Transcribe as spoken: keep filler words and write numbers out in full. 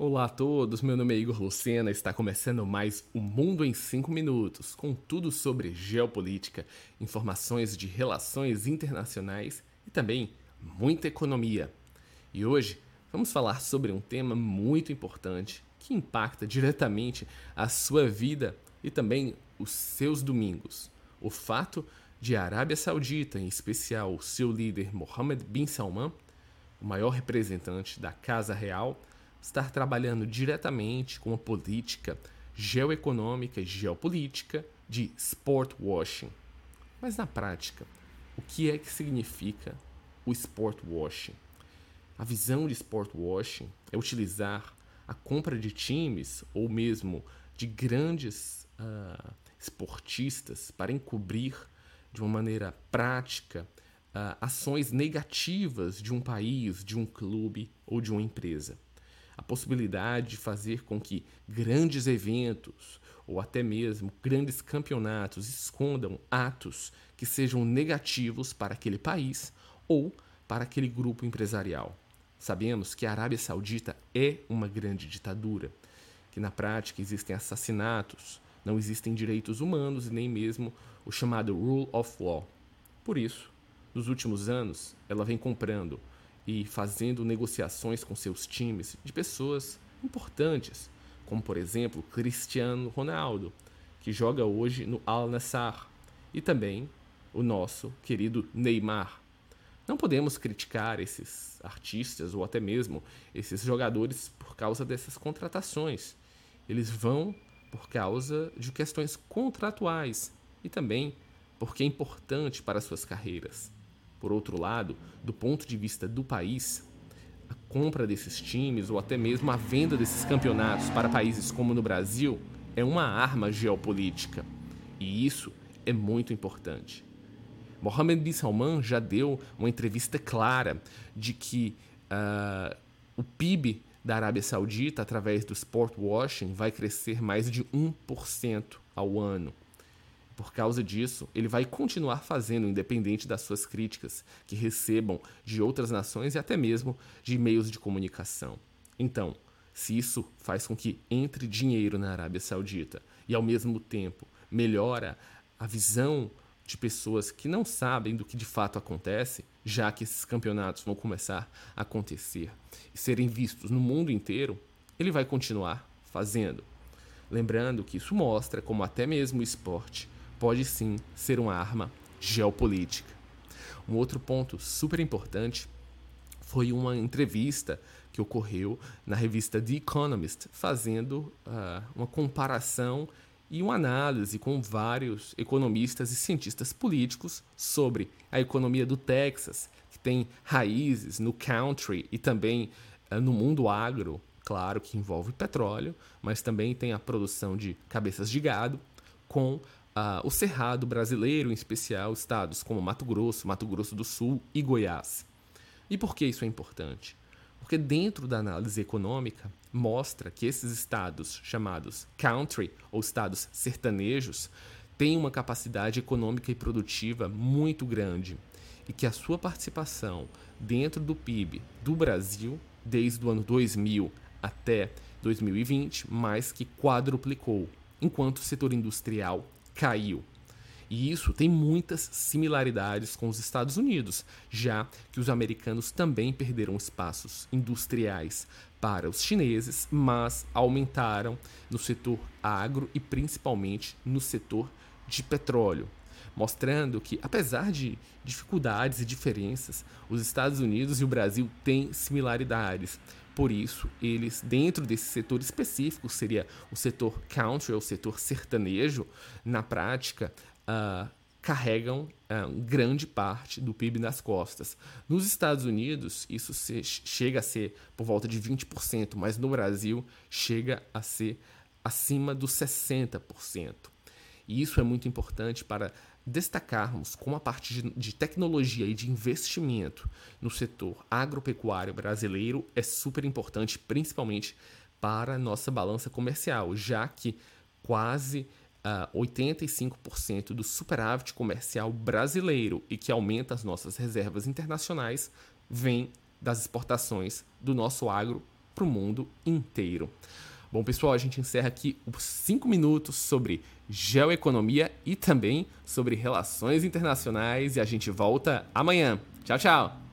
Olá a todos, meu nome é Igor Lucena, está começando mais o Mundo em cinco Minutos, com tudo sobre geopolítica, informações de relações internacionais e também muita economia. E hoje vamos falar sobre um tema muito importante que impacta diretamente a sua vida e também os seus domingos. O fato de a Arábia Saudita, em especial o seu líder Mohammed bin Salman, o maior representante da Casa Real, estar trabalhando diretamente com a política geoeconômica e geopolítica de sport washing. Mas na prática, o que é que significa o sport washing? A visão de sport washing é utilizar a compra de times ou mesmo de grandes uh, esportistas para encobrir de uma maneira prática uh, ações negativas de um país, de um clube ou de uma empresa. A possibilidade de fazer com que grandes eventos ou até mesmo grandes campeonatos escondam atos que sejam negativos para aquele país ou para aquele grupo empresarial. Sabemos que a Arábia Saudita é uma grande ditadura, que na prática existem assassinatos, não existem direitos humanos e nem mesmo o chamado Rule of Law. Por isso, nos últimos anos, ela vem comprando e fazendo negociações com seus times de pessoas importantes, como por exemplo Cristiano Ronaldo, que joga hoje no Al-Nassr, e também o nosso querido Neymar. Não podemos criticar esses artistas ou até mesmo esses jogadores por causa dessas contratações. Eles vão por causa de questões contratuais e também porque é importante para suas carreiras. Por outro lado, do ponto de vista do país, a compra desses times ou até mesmo a venda desses campeonatos para países como no Brasil é uma arma geopolítica. E isso é muito importante. Mohammed bin Salman já deu uma entrevista clara de que uh, o P I B da Arábia Saudita, através do sport washing, vai crescer mais de um por cento ao ano. Por causa disso, ele vai continuar fazendo, independente das suas críticas que recebam de outras nações e até mesmo de meios de comunicação. Então, se isso faz com que entre dinheiro na Arábia Saudita e, ao mesmo tempo, melhora a visão de pessoas que não sabem do que de fato acontece, já que esses campeonatos vão começar a acontecer e serem vistos no mundo inteiro, ele vai continuar fazendo. Lembrando que isso mostra como até mesmo o esporte pode sim ser uma arma geopolítica. Um outro ponto super importante foi uma entrevista que ocorreu na revista The Economist, fazendo uh, uma comparação e uma análise com vários economistas e cientistas políticos sobre a economia do Texas, que tem raízes no country e também uh, no mundo agro, claro que envolve petróleo, mas também tem a produção de cabeças de gado, com Uh, o Cerrado brasileiro, em especial estados como Mato Grosso, Mato Grosso do Sul e Goiás. E por que isso é importante? Porque dentro da análise econômica mostra que esses estados chamados country ou estados sertanejos têm uma capacidade econômica e produtiva muito grande e que a sua participação dentro do P I B do Brasil, desde o ano dois mil até dois mil e vinte, mais que quadruplicou, enquanto o setor industrial caiu. E isso tem muitas similaridades com os Estados Unidos, já que os americanos também perderam espaços industriais para os chineses, mas aumentaram no setor agro e principalmente no setor de petróleo, mostrando que, apesar de dificuldades e diferenças, os Estados Unidos e o Brasil têm similaridades. Por isso, eles, dentro desse setor específico, seria o setor country, ou setor sertanejo, na prática, uh, carregam uh, grande parte do P I B nas costas. Nos Estados Unidos, isso se, chega a ser por volta de vinte por cento, mas no Brasil chega a ser acima dos sessenta por cento. E isso é muito importante para destacarmos como a parte de, de tecnologia e de investimento no setor agropecuário brasileiro é super importante, principalmente para a nossa balança comercial, já que quase uh, oitenta e cinco por cento do superávit comercial brasileiro e que aumenta as nossas reservas internacionais vem das exportações do nosso agro para o mundo inteiro. Bom, pessoal, a gente encerra aqui os cinco minutos sobre geoeconomia e também sobre relações internacionais e a gente volta amanhã. Tchau, tchau!